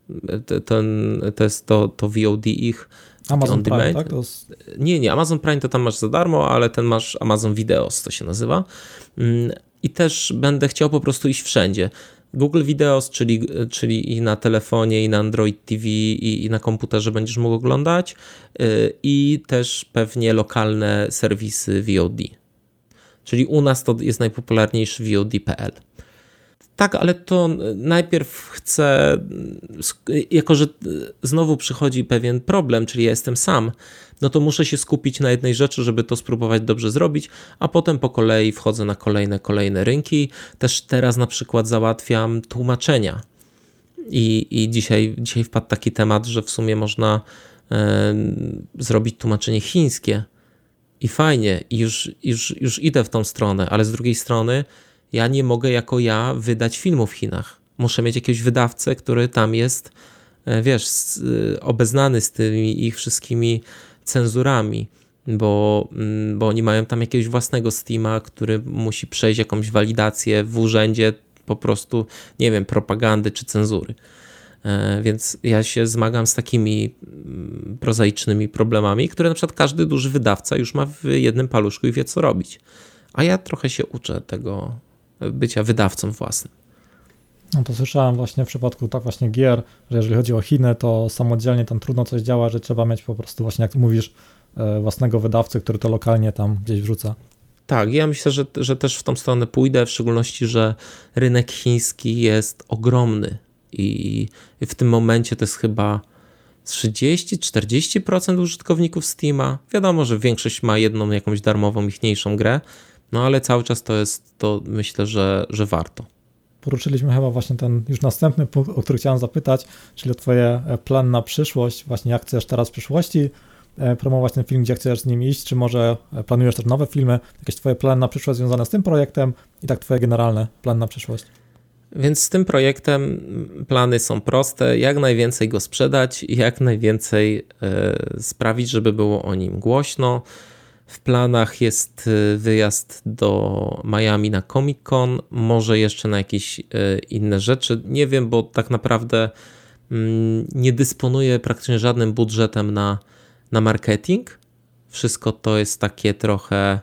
To jest to VOD ich. Amazon Prime, tak? Nie, Amazon Prime to tam masz za darmo, ale ten masz Amazon Videos, to się nazywa. I też będę chciał po prostu iść wszędzie. Google Videos, czyli i na telefonie, i na Android TV, i na komputerze będziesz mógł oglądać, i też pewnie lokalne serwisy VOD. Czyli u nas to jest najpopularniejszy VOD.pl. Tak, ale to najpierw chcę, jako że znowu przychodzi pewien problem, czyli ja jestem sam, no to muszę się skupić na jednej rzeczy, żeby to spróbować dobrze zrobić, a potem po kolei wchodzę na kolejne rynki. Też teraz na przykład załatwiam tłumaczenia i dzisiaj wpadł taki temat, że w sumie można zrobić tłumaczenie chińskie i fajnie, i już idę w tą stronę, ale z drugiej strony ja nie mogę jako ja wydać filmu w Chinach. Muszę mieć jakiegoś wydawcę, który tam jest, wiesz, obeznany z tymi ich wszystkimi cenzurami, bo oni mają tam jakiegoś własnego Steama, który musi przejść jakąś walidację w urzędzie po prostu, nie wiem, propagandy czy cenzury. Więc ja się zmagam z takimi prozaicznymi problemami, które na przykład każdy duży wydawca już ma w jednym paluszku i wie, co robić. A ja trochę się uczę tego bycia wydawcą własnym. No to słyszałem właśnie w przypadku tak właśnie gier, że jeżeli chodzi o Chiny, to samodzielnie tam trudno coś działa, że trzeba mieć po prostu właśnie, jak mówisz, własnego wydawcy, który to lokalnie tam gdzieś wrzuca. Tak, ja myślę, że też w tą stronę pójdę, w szczególności, że rynek chiński jest ogromny i w tym momencie to jest chyba 30-40% użytkowników Steama. Wiadomo, że większość ma jedną jakąś darmową, ichniejszą grę, no ale cały czas to myślę, że warto. Poruszyliśmy chyba właśnie ten już następny punkt, o który chciałem zapytać, czyli o twoje plan na przyszłość, właśnie jak chcesz teraz w przyszłości promować ten film, gdzie chcesz z nim iść, czy może planujesz też nowe filmy, jakieś twoje plany na przyszłość związane z tym projektem i tak twoje generalne plany na przyszłość. Więc z tym projektem plany są proste, jak najwięcej go sprzedać i jak najwięcej sprawić, żeby było o nim głośno. W planach jest wyjazd do Miami na Comic Con, może jeszcze na jakieś inne rzeczy. Nie wiem, bo tak naprawdę nie dysponuję praktycznie żadnym budżetem na marketing. Wszystko to jest takie trochę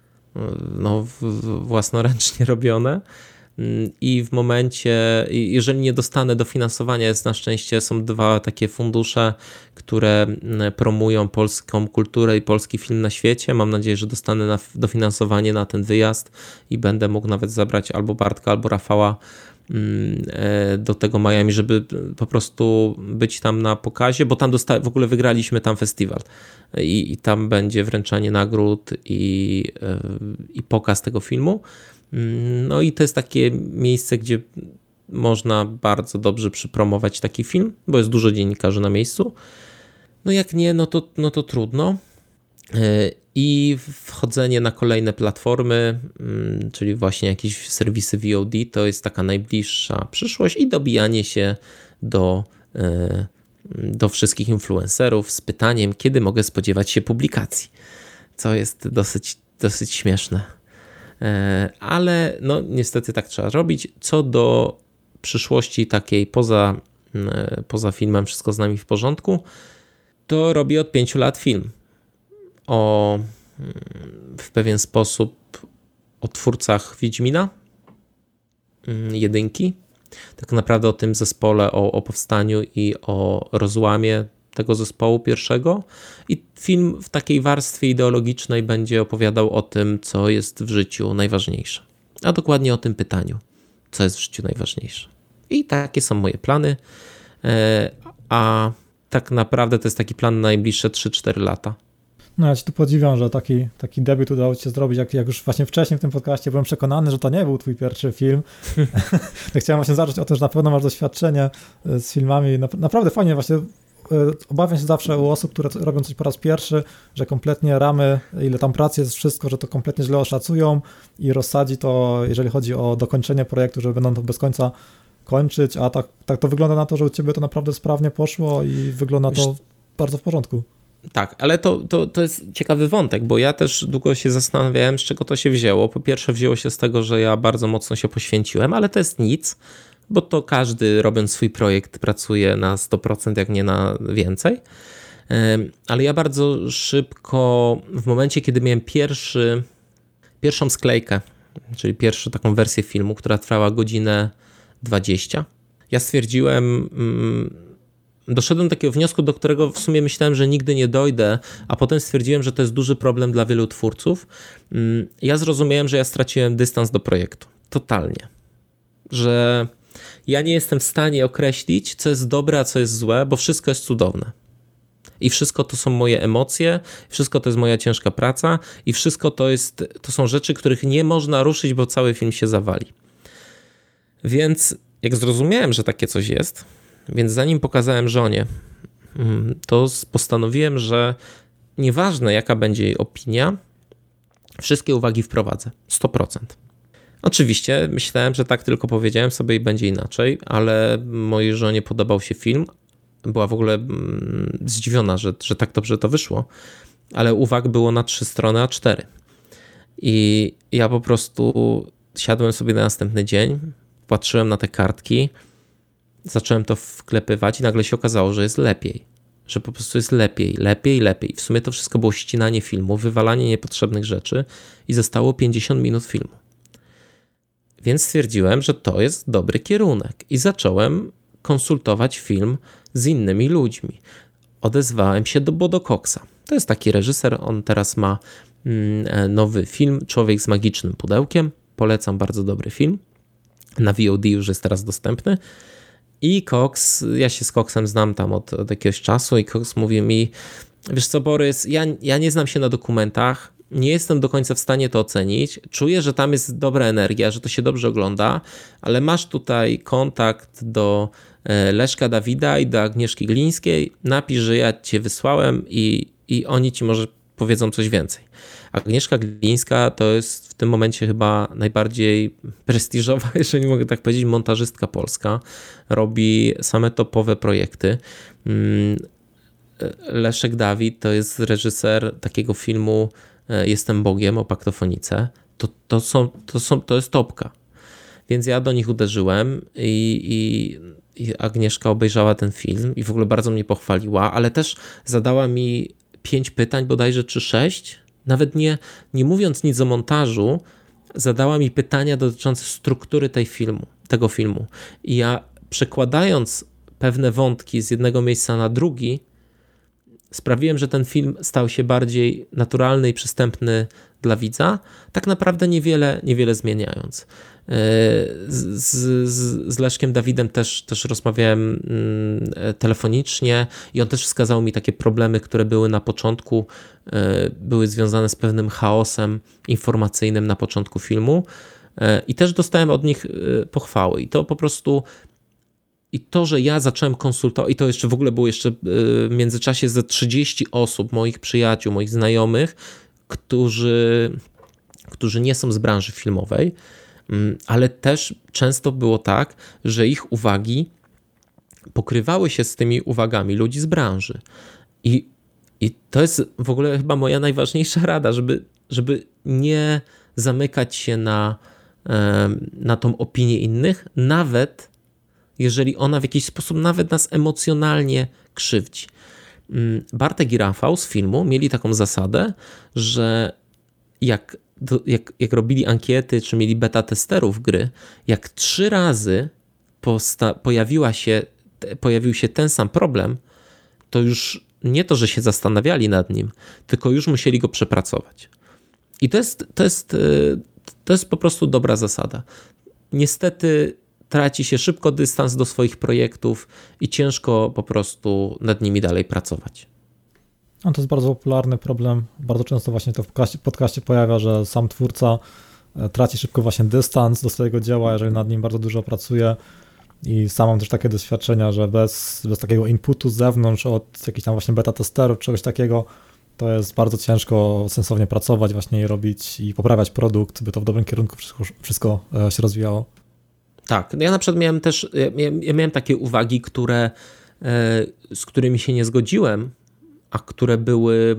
własnoręcznie robione. I w momencie, jeżeli nie dostanę dofinansowania, jest na szczęście, są dwa takie fundusze, które promują polską kulturę i polski film na świecie. Mam nadzieję, że dostanę dofinansowanie na ten wyjazd i będę mógł nawet zabrać albo Bartka, albo Rafała do tego Miami, żeby po prostu być tam na pokazie, bo tam w ogóle wygraliśmy tam festiwal i tam będzie wręczanie nagród i pokaz tego filmu. No i to jest takie miejsce, gdzie można bardzo dobrze przypromować taki film, bo jest dużo dziennikarzy na miejscu. No jak nie, no to trudno. I wchodzenie na kolejne platformy, czyli właśnie jakieś serwisy VOD, to jest taka najbliższa przyszłość i dobijanie się do wszystkich influencerów z pytaniem, kiedy mogę spodziewać się publikacji, co jest dosyć śmieszne. Ale no niestety tak trzeba robić. Co do przyszłości takiej poza filmem Wszystko z nami w porządku, to robię od 5 lat film w pewien sposób o twórcach Wiedźmina, jedynki. Tak naprawdę o tym zespole, o powstaniu i o rozłamie tego zespołu pierwszego. I film w takiej warstwie ideologicznej będzie opowiadał o tym, co jest w życiu najważniejsze. A dokładnie o tym pytaniu, co jest w życiu najważniejsze. I takie są moje plany. A tak naprawdę to jest taki plan na najbliższe 3-4 lata. No ja ci tu podziwiam, że taki debiut udało ci się zrobić, jak już właśnie wcześniej w tym podcaście byłem przekonany, że to nie był twój pierwszy film. Chciałem właśnie zacząć o tym, że na pewno masz doświadczenie z filmami. Naprawdę fajnie właśnie. Obawiam się zawsze u osób, które robią coś po raz pierwszy, że kompletnie ramy, ile tam pracy jest, wszystko, że to kompletnie źle oszacują i rozsadzi to, jeżeli chodzi o dokończenie projektu, że będą to bez końca kończyć, a tak to wygląda na to, że u ciebie to naprawdę sprawnie poszło i wygląda to bardzo w porządku. Tak, ale to jest ciekawy wątek, bo ja też długo się zastanawiałem, z czego to się wzięło. Po pierwsze wzięło się z tego, że ja bardzo mocno się poświęciłem, ale to jest nic, bo to każdy robiąc swój projekt pracuje na 100%, jak nie na więcej. Ale ja bardzo szybko, w momencie kiedy miałem pierwszą sklejkę, czyli pierwszą taką wersję filmu, która trwała godzinę 20, ja stwierdziłem, doszedłem do takiego wniosku, do którego w sumie myślałem, że nigdy nie dojdę, a potem stwierdziłem, że to jest duży problem dla wielu twórców. Ja zrozumiałem, że ja straciłem dystans do projektu. Totalnie. Że ja nie jestem w stanie określić, co jest dobre, a co jest złe, bo wszystko jest cudowne. I wszystko to są moje emocje, wszystko to jest moja ciężka praca i wszystko to są rzeczy, których nie można ruszyć, bo cały film się zawali. Więc jak zrozumiałem, że takie coś jest, więc zanim pokazałem żonie, to postanowiłem, że nieważne jaka będzie jej opinia, wszystkie uwagi wprowadzę. 100%. Oczywiście myślałem, że tak tylko powiedziałem sobie i będzie inaczej, ale mojej żonie podobał się film. Była w ogóle zdziwiona, że tak dobrze to wyszło, ale uwag było na 3 strony A4. I ja po prostu siadłem sobie na następny dzień, patrzyłem na te kartki, zacząłem to wklepywać i nagle się okazało, że jest lepiej. Że po prostu jest lepiej. W sumie to wszystko było ścinanie filmu, wywalanie niepotrzebnych rzeczy i zostało 50 minut filmu. Więc stwierdziłem, że to jest dobry kierunek i zacząłem konsultować film z innymi ludźmi. Odezwałem się do Bodo Coxa. To jest taki reżyser, on teraz ma nowy film Człowiek z magicznym pudełkiem. Polecam, bardzo dobry film. Na VOD już jest teraz dostępny. I Cox, ja się z Coxem znam tam od jakiegoś czasu i Cox mówi mi, wiesz co Borys, ja nie znam się na dokumentach, nie jestem do końca w stanie to ocenić, czuję, że tam jest dobra energia, że to się dobrze ogląda, ale masz tutaj kontakt do Leszka Dawida i do Agnieszki Glińskiej, napisz, że ja cię wysłałem i oni ci może powiedzą coś więcej. Agnieszka Glińska to jest w tym momencie chyba najbardziej prestiżowa, jeżeli mogę tak powiedzieć, montażystka polska. Robi same topowe projekty. Leszek Dawid to jest reżyser takiego filmu Jestem Bogiem o paktofonice. To jest topka. Więc ja do nich uderzyłem i Agnieszka obejrzała ten film i w ogóle bardzo mnie pochwaliła, ale też zadała mi 5 pytań bodajże czy 6. Nawet nie mówiąc nic o montażu, zadała mi pytania dotyczące struktury tego filmu. I ja przekładając pewne wątki z jednego miejsca na drugi, sprawiłem, że ten film stał się bardziej naturalny i przystępny dla widza, tak naprawdę niewiele zmieniając. Z Leszkiem Dawidem też rozmawiałem telefonicznie i on też wskazał mi takie problemy, które były na początku, były związane z pewnym chaosem informacyjnym na początku filmu i też dostałem od nich pochwały i to po prostu że ja zacząłem konsultować, i to jeszcze w ogóle było jeszcze w międzyczasie ze 30 osób, moich przyjaciół, moich znajomych, którzy nie są z branży filmowej, ale też często było tak, że ich uwagi pokrywały się z tymi uwagami ludzi z branży. I to jest w ogóle chyba moja najważniejsza rada, żeby nie zamykać się na tą opinię innych, nawet jeżeli ona w jakiś sposób nawet nas emocjonalnie krzywdzi. Bartek i Rafał z filmu mieli taką zasadę, że jak robili ankiety, czy mieli beta testerów gry, jak 3 razy pojawił się ten sam problem, to już nie to, że się zastanawiali nad nim, tylko już musieli go przepracować. I to jest po prostu dobra zasada. Niestety traci się szybko dystans do swoich projektów i ciężko po prostu nad nimi dalej pracować. No, to jest bardzo popularny problem. Bardzo często właśnie to w podcaście pojawia, że sam twórca traci szybko właśnie dystans do swojego dzieła, jeżeli nad nim bardzo dużo pracuje. I sam mam też takie doświadczenia, że bez takiego inputu z zewnątrz, od jakichś tam właśnie beta testerów, czegoś takiego, to jest bardzo ciężko sensownie pracować właśnie i robić i poprawiać produkt, by to w dobrym kierunku wszystko się rozwijało. Tak, ja na przykład miałem też, ja miałem takie uwagi, z którymi się nie zgodziłem, a które były,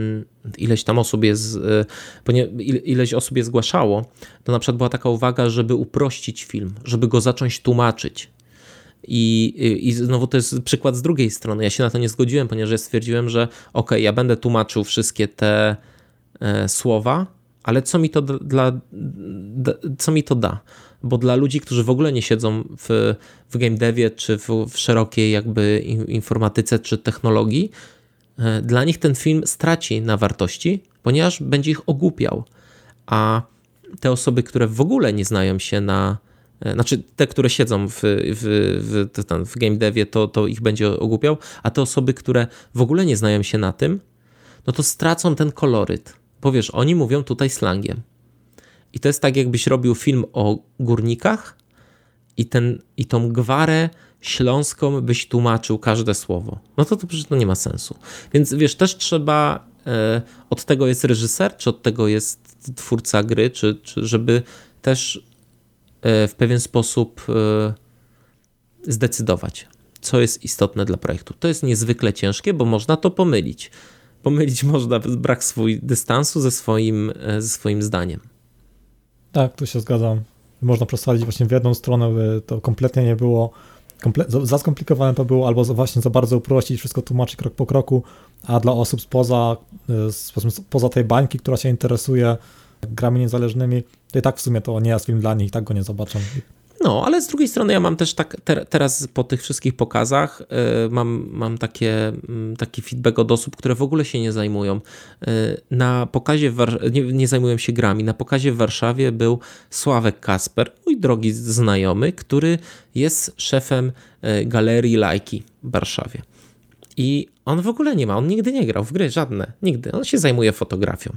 ileś osób je zgłaszało, to na przykład była taka uwaga, żeby uprościć film, żeby go zacząć tłumaczyć. I znowu to jest przykład z drugiej strony. Ja się na to nie zgodziłem, ponieważ ja stwierdziłem, że ja będę tłumaczył wszystkie te słowa, ale co mi to da? Bo dla ludzi, którzy w ogóle nie siedzą w game devie, czy w szerokiej jakby informatyce, czy technologii, dla nich ten film straci na wartości, ponieważ będzie ich ogłupiał. A te osoby, które w ogóle nie znają się znaczy te, które siedzą w game devie, to ich będzie ogłupiał, a te osoby, które w ogóle nie znają się na tym, no to stracą ten koloryt. Bo wiesz, oni mówią tutaj slangiem. I to jest tak, jakbyś robił film o górnikach i tą gwarę śląską byś tłumaczył każde słowo. No to przecież to nie ma sensu. Więc wiesz, też trzeba, od tego jest reżyser, czy od tego jest twórca gry, czy żeby też w pewien sposób zdecydować, co jest istotne dla projektu. To jest niezwykle ciężkie, bo można to pomylić. Pomylić można brak dystansu ze swoim zdaniem. Tak, tu się zgadzam. Można prostować właśnie w jedną stronę, by to kompletnie nie było, za skomplikowane to było, albo właśnie za bardzo uprościć, wszystko tłumaczyć krok po kroku, a dla osób spoza tej bańki, która się interesuje grami niezależnymi, to i tak w sumie to nie jest film dla nich, i tak go nie zobaczą. No, ale z drugiej strony ja mam też teraz po tych wszystkich pokazach mam taki feedback od osób, które w ogóle się nie zajmują. Na pokazie nie zajmują się grami. Na pokazie w Warszawie był Sławek Kasper, mój drogi znajomy, który jest szefem galerii Lajki w Warszawie. I on w ogóle on nigdy nie grał w gry, żadne, nigdy. On się zajmuje fotografią.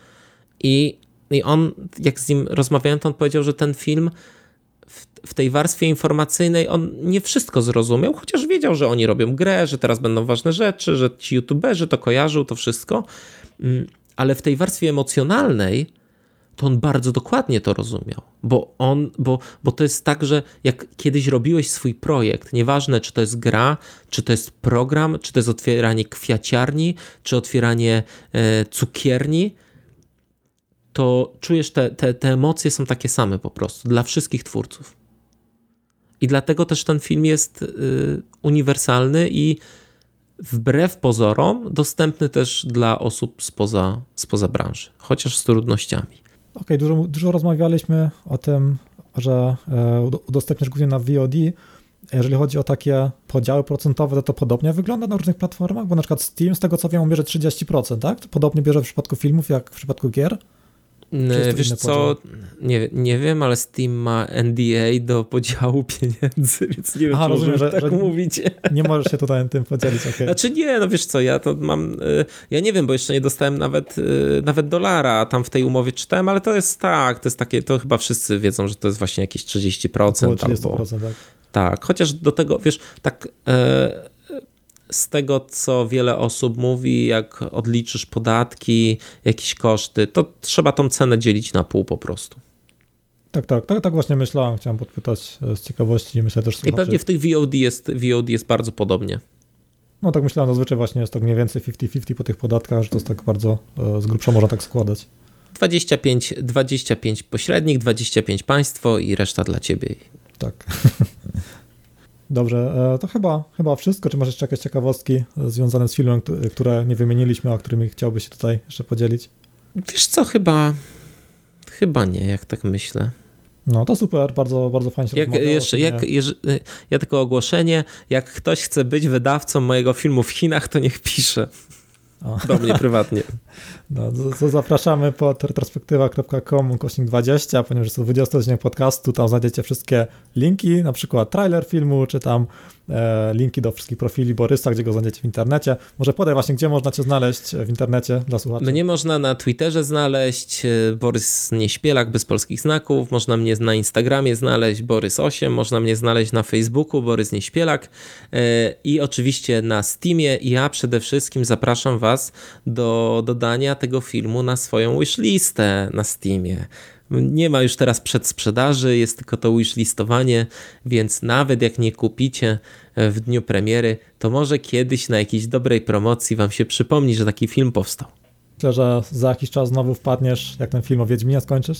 I on, jak z nim rozmawiałem, to on powiedział, że ten film w tej warstwie informacyjnej on nie wszystko zrozumiał, chociaż wiedział, że oni robią grę, że teraz będą ważne rzeczy, że ci youtuberzy to kojarzył, to wszystko, ale w tej warstwie emocjonalnej to on bardzo dokładnie to rozumiał, bo to jest tak, że jak kiedyś robiłeś swój projekt, nieważne czy to jest gra, czy to jest program, czy to jest otwieranie kwiaciarni, czy otwieranie cukierni, to czujesz, te emocje są takie same po prostu dla wszystkich twórców. I dlatego też ten film jest uniwersalny i wbrew pozorom dostępny też dla osób spoza branży, chociaż z trudnościami. Okej, dużo rozmawialiśmy o tym, że udostępniasz głównie na VOD. Jeżeli chodzi o takie podziały procentowe, to podobnie wygląda na różnych platformach, bo na przykład Steam, z tego co wiem, bierze 30%, tak? To podobnie bierze w przypadku filmów, jak w przypadku gier? Wiesz co, nie wiem, ale Steam ma NDA do podziału pieniędzy, więc nie wiem, czy rozumiem, że tak mówicie. Nie możesz się tutaj tym podzielić, okej. Znaczy nie, no wiesz co, ja to mam, ja nie wiem, bo jeszcze nie dostałem nawet dolara, a tam w tej umowie czytałem, ale to jest tak, to jest takie, to chyba wszyscy wiedzą, że to jest właśnie jakieś 30%. Około 30%, tak. Tak, chociaż do tego, wiesz, tak z tego, co wiele osób mówi, jak odliczysz podatki, jakieś koszty, to trzeba tą cenę dzielić na pół po prostu. Tak właśnie myślałem, chciałem podpytać z ciekawości. Myślę też i pewnie w tych VOD jest bardzo podobnie. No tak myślałem, zazwyczaj właśnie jest tak mniej więcej 50-50 po tych podatkach, że to jest tak bardzo z grubsza można tak składać. 25 pośrednik, 25 państwo i reszta dla ciebie. Tak. Dobrze, to chyba wszystko. Czy masz jeszcze jakieś ciekawostki związane z filmem, które nie wymieniliśmy, a którymi chciałbyś się tutaj jeszcze podzielić? Wiesz co, chyba nie, jak tak myślę. No to super, bardzo, bardzo fajnie się Ja tylko ogłoszenie, jak ktoś chce być wydawcą mojego filmu w Chinach, to niech pisze do mnie prywatnie. No, to zapraszamy pod retrospektywa.com/20, ponieważ jest to 20 odcinek podcastu, tam znajdziecie wszystkie linki, na przykład trailer filmu, czy tam linki do wszystkich profili Borysa, gdzie go znajdziecie w internecie. Może podaj właśnie, gdzie można cię znaleźć w internecie dla słuchaczy. Mnie można na Twitterze znaleźć, Borys Nieśpielak bez polskich znaków, można mnie na Instagramie znaleźć, Borys8, można mnie znaleźć na Facebooku, Borys Nieśpielak i oczywiście na Steamie. Ja przede wszystkim zapraszam was do dodania tego filmu na swoją wishlistę na Steamie. Nie ma już teraz przedsprzedaży, jest tylko to wishlistowanie, więc nawet jak nie kupicie w dniu premiery, to może kiedyś na jakiejś dobrej promocji wam się przypomni, że taki film powstał. Myślę, że za jakiś czas znowu wpadniesz, jak ten film o Wiedźminie skończysz,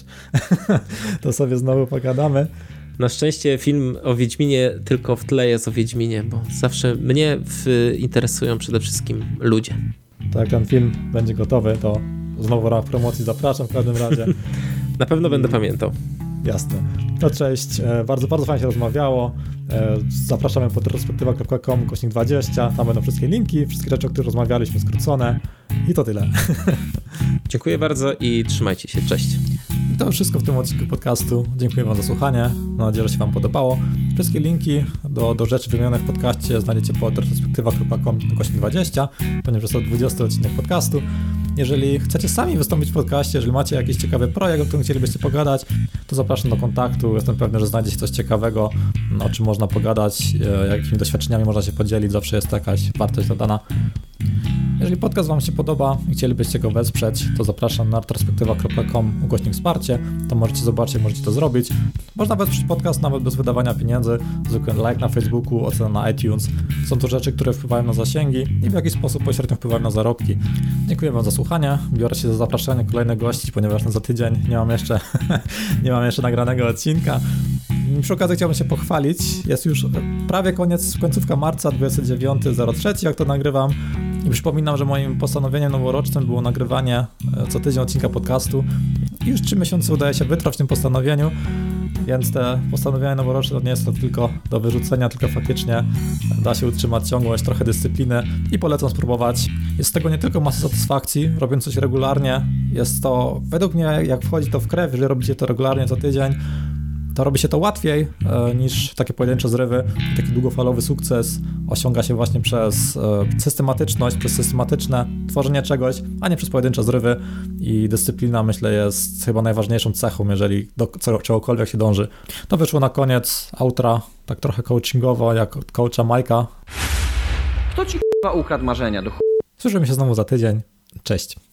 to sobie znowu pogadamy. Na szczęście film o Wiedźminie tylko w tle jest o Wiedźminie, bo zawsze mnie interesują przede wszystkim ludzie. To jak ten film będzie gotowy, to znowu ramach promocji zapraszam w każdym razie. Na pewno będę pamiętał. Jasne. No cześć, bardzo, bardzo fajnie się rozmawiało. Zapraszamy pod retrospektywa.com/20, tam będą wszystkie linki, wszystkie rzeczy, o których rozmawialiśmy, skrócone i to tyle. Dziękuję bardzo i trzymajcie się, cześć. I to wszystko w tym odcinku podcastu. Dziękuję wam za słuchanie. Mam nadzieję, że się wam podobało. Wszystkie linki do rzeczy wymienionych w podcaście znajdziecie pod retrospektywa.com/20, ponieważ jest to 20 odcinek podcastu. Jeżeli chcecie sami wystąpić w podcaście, jeżeli macie jakiś ciekawy projekt, o którym chcielibyście pogadać, to zapraszam do kontaktu. Jestem pewny, że znajdzie się coś ciekawego, o czym można pogadać, jakimi doświadczeniami można się podzielić. Zawsze jest jakaś wartość dodana. Jeżeli podcast wam się podoba i chcielibyście go wesprzeć, to zapraszam na retrospektywa.com/wsparcie. To możecie zobaczyć, jak możecie to zrobić. Można wesprzeć podcast nawet bez wydawania pieniędzy. Zwykły like na Facebooku, ocena na iTunes. Są to rzeczy, które wpływają na zasięgi i w jakiś sposób pośrednio wpływają na zarobki. Dziękuję wam za słuchanie. Biorę się za zapraszanie kolejnych gości, ponieważ za tydzień nie mam jeszcze nagranego odcinka. Przy okazji chciałbym się pochwalić. Jest już prawie końcówka marca, 29.03, jak to nagrywam. I przypominam, że moim postanowieniem noworocznym było nagrywanie co tydzień odcinka podcastu. I już 3 miesiące udaje się wytrwać w tym postanowieniu, więc te postanowienia noworoczne to nie jest to tylko do wyrzucenia, tylko faktycznie da się utrzymać ciągłość, trochę dyscypliny i polecam spróbować. Jest z tego nie tylko masa satysfakcji, robiąc coś regularnie. Jest to, według mnie, jak wchodzi to w krew, jeżeli robicie to regularnie co tydzień, to robi się to łatwiej niż takie pojedyncze zrywy. Taki długofalowy sukces osiąga się właśnie przez systematyczność, przez systematyczne tworzenie czegoś, a nie przez pojedyncze zrywy. I dyscyplina, myślę, jest chyba najważniejszą cechą, jeżeli do czegokolwiek się dąży. To wyszło na koniec outra, tak trochę coachingowo, jak od coacha Majka. Kto ci ukradł marzenia do Słyszymy się znowu za tydzień. Cześć.